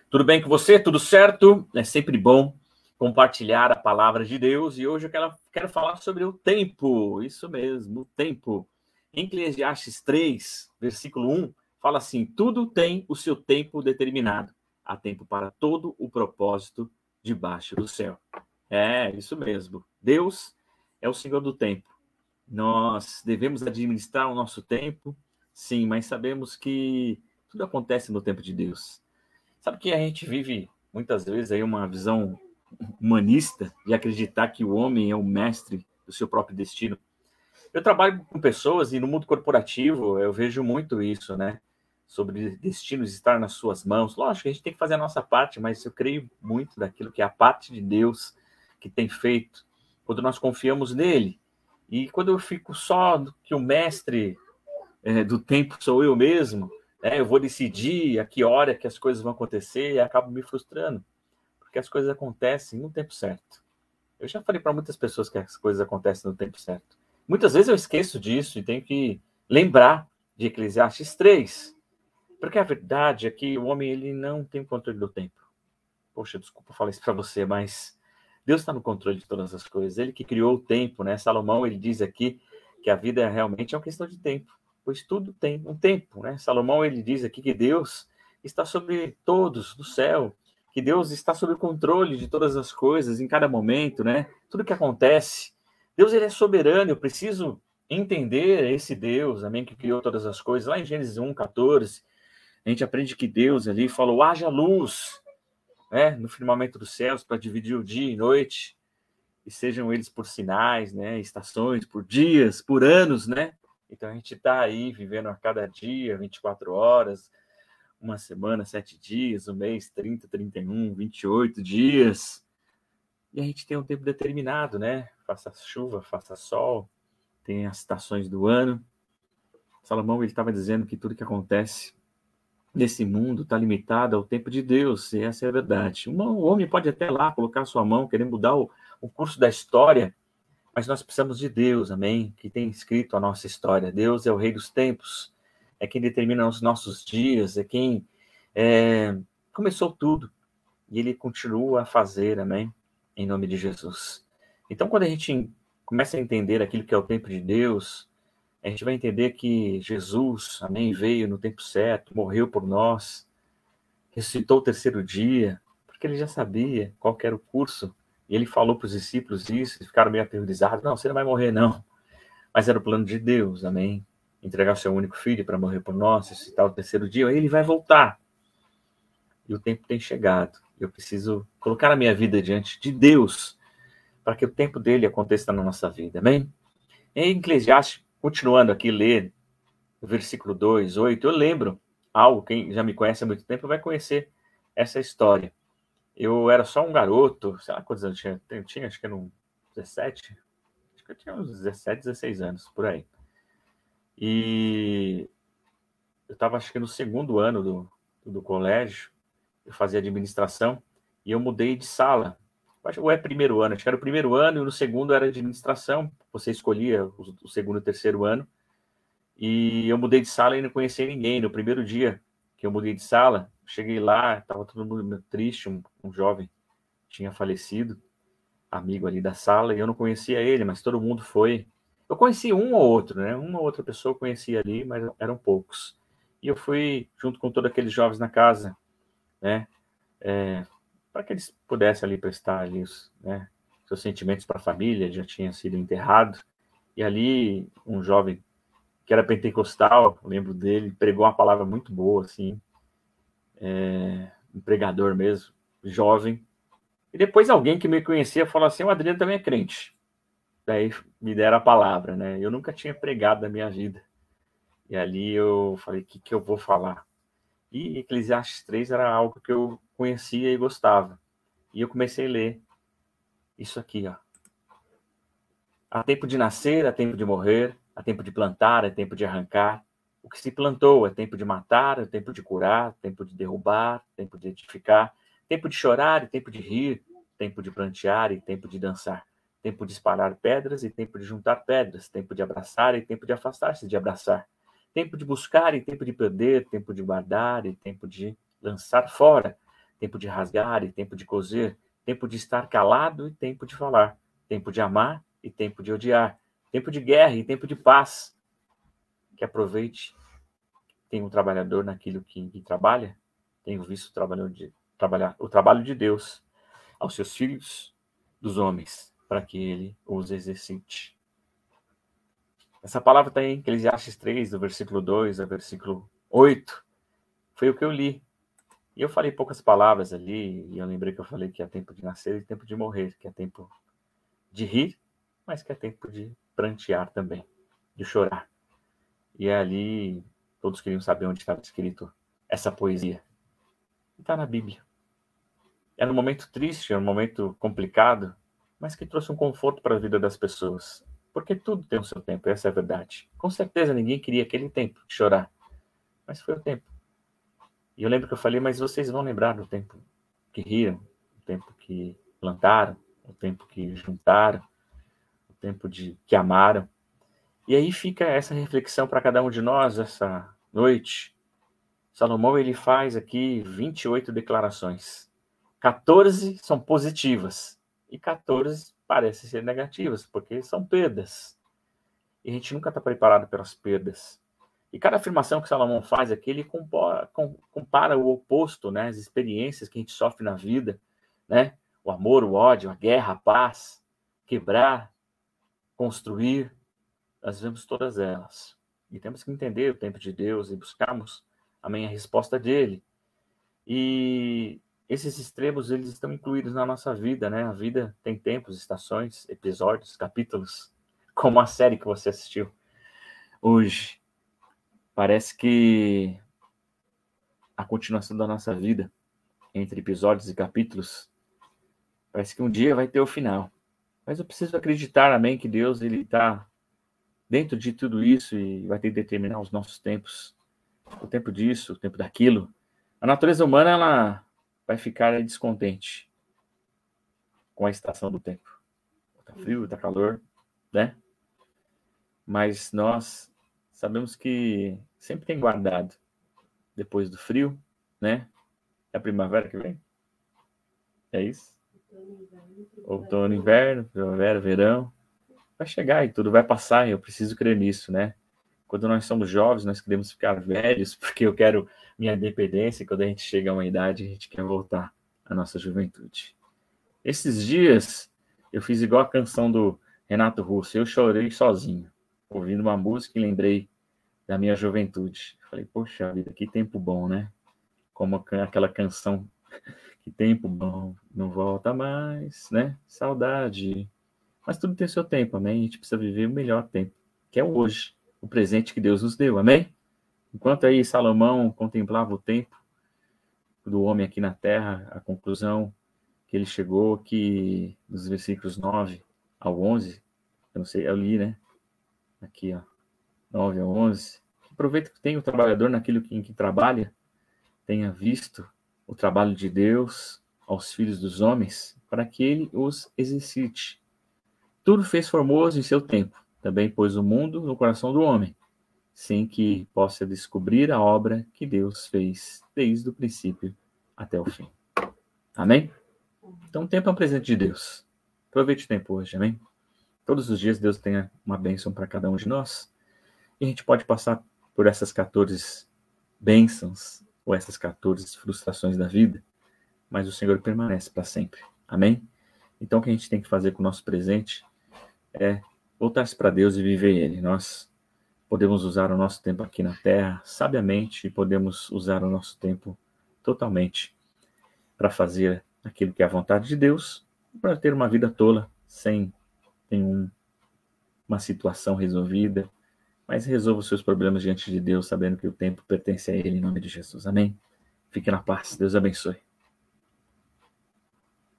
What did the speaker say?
Tudo bem com você? Tudo certo? É sempre bom compartilhar a palavra de Deus e hoje eu quero falar sobre o tempo. Isso mesmo, o tempo. Em Eclesiastes 3, versículo 1, fala assim: tudo tem o seu tempo determinado. Há tempo para todo o propósito debaixo do céu. É, isso mesmo. Deus é o Senhor do tempo. Nós devemos administrar o nosso tempo, sim, mas sabemos que tudo acontece no tempo de Deus. Sabe que a gente vive muitas vezes aí uma visão humanista de acreditar que o homem é o mestre do seu próprio destino. Eu trabalho com pessoas e no mundo corporativo eu vejo muito isso, né? Sobre destinos estar nas suas mãos. Lógico, a gente tem que fazer a nossa parte, mas eu creio muito daquilo que é a parte de Deus que tem feito quando nós confiamos nele. E quando eu fico só que o mestre do tempo sou eu mesmo, né? Eu vou decidir a que hora que as coisas vão acontecer e acabo me frustrando, porque as coisas acontecem no tempo certo. Eu já falei para muitas pessoas que as coisas acontecem no tempo certo. Muitas vezes eu esqueço disso e tenho que lembrar de Eclesiastes 3, porque a verdade é que o homem ele não tem o controle do tempo. Poxa, desculpa falar isso para você, mas Deus está no controle de todas as coisas. Ele que criou o tempo, né? Salomão, ele diz aqui que a vida realmente é uma questão de tempo, pois tudo tem um tempo, né? Salomão, ele diz aqui que Deus está sobre todos do céu, que Deus está sob o controle de todas as coisas, em cada momento, né? Tudo que acontece. Deus, ele é soberano, eu preciso entender esse Deus, amém, que criou todas as coisas. Lá em Gênesis 1:14, a gente aprende que Deus ali falou, haja luz, né, no firmamento dos céus para dividir o dia e noite, e sejam eles por sinais, né, estações, por dias, por anos, né? Então a gente está aí vivendo a cada dia, 24 horas, uma semana, 7 dias, um mês, 30, 31, 28 dias. E a gente tem um tempo determinado, né? Faça chuva, faça sol, tem as estações do ano. Salomão, ele estava dizendo que tudo que acontece nesse mundo está limitado ao tempo de Deus, e essa é a verdade. O homem pode até lá colocar sua mão, querer mudar o curso da história, mas nós precisamos de Deus, amém? Que tem escrito a nossa história. Deus é o rei dos tempos, é quem determina os nossos dias, é quem começou tudo, e ele continua a fazer, amém? Em nome de Jesus. Então, quando a gente começa a entender aquilo que é o tempo de Deus, a gente vai entender que Jesus, amém, veio no tempo certo, morreu por nós, ressuscitou o terceiro dia, porque ele já sabia qual era o curso, e ele falou para os discípulos isso, e ficaram meio aterrorizados, não, você não vai morrer não, mas era o plano de Deus, amém, entregar o seu único filho para morrer por nós, ressuscitar o terceiro dia, aí ele vai voltar, e o tempo tem chegado, eu preciso colocar a minha vida diante de Deus, para que o tempo dele aconteça na nossa vida, amém? Em Eclesiastes, continuando aqui, ler o versículo 2, 8, eu lembro algo, quem já me conhece há muito tempo vai conhecer essa história. Eu era só um garoto, sei lá quantos anos eu tinha acho que era uns 17, acho que eu tinha uns 17, 16 anos, por aí. E eu estava acho que no segundo ano do colégio, eu fazia administração, e eu mudei de sala. Ou é primeiro ano, acho que era o primeiro ano, e no segundo era administração, você escolhia o segundo e terceiro ano, e eu mudei de sala e não conhecia ninguém. No primeiro dia que eu mudei de sala, cheguei lá, estava todo mundo triste, um jovem tinha falecido, amigo ali da sala, e eu não conhecia ele, mas todo mundo foi. Eu conheci um ou outro, né? Uma ou outra pessoa eu conhecia ali, mas eram poucos. E eu fui junto com todos aqueles jovens na casa, né? Para que eles pudessem ali prestar ali né, seus sentimentos para a família, já tinha sido enterrado. E ali um jovem que era pentecostal, lembro dele, pregou uma palavra muito boa, assim, um pregador mesmo, jovem. E depois alguém que me conhecia falou assim, o Adriano também é crente. Daí me deram a palavra, né? Eu nunca tinha pregado na minha vida. E ali eu falei, o que eu vou falar? E Eclesiastes 3 era algo que eu conhecia e gostava. E eu comecei a ler isso aqui, ó. Há tempo de nascer, há tempo de morrer, há tempo de plantar, há tempo de arrancar. O que se plantou é tempo de matar, é tempo de curar, tempo de derrubar, tempo de edificar, tempo de chorar e tempo de rir, tempo de prantear e tempo de dançar, tempo de espalhar pedras e tempo de juntar pedras, tempo de abraçar e tempo de afastar-se de abraçar, tempo de buscar e tempo de perder, tempo de guardar e tempo de lançar fora, tempo de rasgar e tempo de coser, tempo de estar calado e tempo de falar, tempo de amar e tempo de odiar, tempo de guerra e tempo de paz. Que aproveite, tem um trabalhador naquilo que trabalha, tenho visto o trabalho de Deus aos seus filhos dos homens, para que ele os exercite. Essa palavra está em Eclesiastes 3, do versículo 2 ao versículo 8. Foi o que eu li. E eu falei poucas palavras ali, e eu lembrei que eu falei que é tempo de nascer e tempo de morrer, que é tempo de rir, mas que é tempo de prantear também, de chorar. E ali, todos queriam saber onde estava escrito essa poesia. Está na Bíblia. Era um momento triste, era um momento complicado, mas que trouxe um conforto para a vida das pessoas. Porque tudo tem o seu tempo, essa é a verdade. Com certeza ninguém queria aquele tempo de chorar, mas foi o tempo. E eu lembro que eu falei, mas vocês vão lembrar do tempo que riram, o tempo que plantaram, o tempo que juntaram, o tempo que amaram. E aí fica essa reflexão para cada um de nós essa noite. Salomão ele faz aqui 28 declarações. 14 são positivas e 14 parecem ser negativas, porque são perdas. E a gente nunca está preparado pelas perdas. E cada afirmação que Salomão faz aqui, ele compara o oposto, né? As experiências que a gente sofre na vida, né? O amor, o ódio, a guerra, a paz, quebrar, construir. Nós vemos todas elas. E temos que entender o tempo de Deus e buscarmos, amém, a resposta dele. E esses extremos, eles estão incluídos na nossa vida, né? A vida tem tempos, estações, episódios, capítulos, como a série que você assistiu hoje. Parece que a continuação da nossa vida, entre episódios e capítulos, parece que um dia vai ter o final. Mas eu preciso acreditar, amém, que Deus ele está dentro de tudo isso e vai ter que determinar os nossos tempos. O tempo disso, o tempo daquilo. A natureza humana, ela vai ficar descontente com a estação do tempo. Tá frio, tá calor, né? Mas nós sabemos que sempre tem guardado depois do frio, né? É a primavera que vem? É isso? Outono, inverno, primavera, verão. Vai chegar e tudo vai passar, e eu preciso crer nisso, né? Quando nós somos jovens, nós queremos ficar velhos, porque eu quero minha independência, e quando a gente chega a uma idade, a gente quer voltar à nossa juventude. Esses dias, eu fiz igual a canção do Renato Russo, eu chorei sozinho, ouvindo uma música e lembrei da minha juventude. Falei, poxa vida, que tempo bom, né? Como aquela canção, que tempo bom, não volta mais, né? Saudade. Mas tudo tem seu tempo, amém? A gente precisa viver o melhor tempo, que é o hoje, o presente que Deus nos deu, amém? Enquanto aí Salomão contemplava o tempo do homem aqui na terra, a conclusão que ele chegou que nos versículos 9 ao 11, eu não sei, eu li, né? Aqui, ó, 9 ao 11. Aproveita que tem o trabalhador naquilo em que trabalha, tenha visto o trabalho de Deus aos filhos dos homens, para que ele os exercite. Tudo fez formoso em seu tempo, também pôs o mundo no coração do homem, sem que possa descobrir a obra que Deus fez desde o princípio até o fim. Amém? Então, o tempo é um presente de Deus. Aproveite o tempo hoje, amém? Todos os dias Deus tenha uma bênção para cada um de nós. E a gente pode passar por essas 14 bênçãos ou essas 14 frustrações da vida, mas o Senhor permanece para sempre. Amém? Então, o que a gente tem que fazer com o nosso presente é voltar-se para Deus e viver Ele. Nós podemos usar o nosso tempo aqui na Terra sabiamente e podemos usar o nosso tempo totalmente para fazer aquilo que é a vontade de Deus, para ter uma vida tola, sem uma situação resolvida, mas resolva os seus problemas diante de Deus, sabendo que o tempo pertence a Ele, em nome de Jesus. Amém? Fique na paz. Deus abençoe.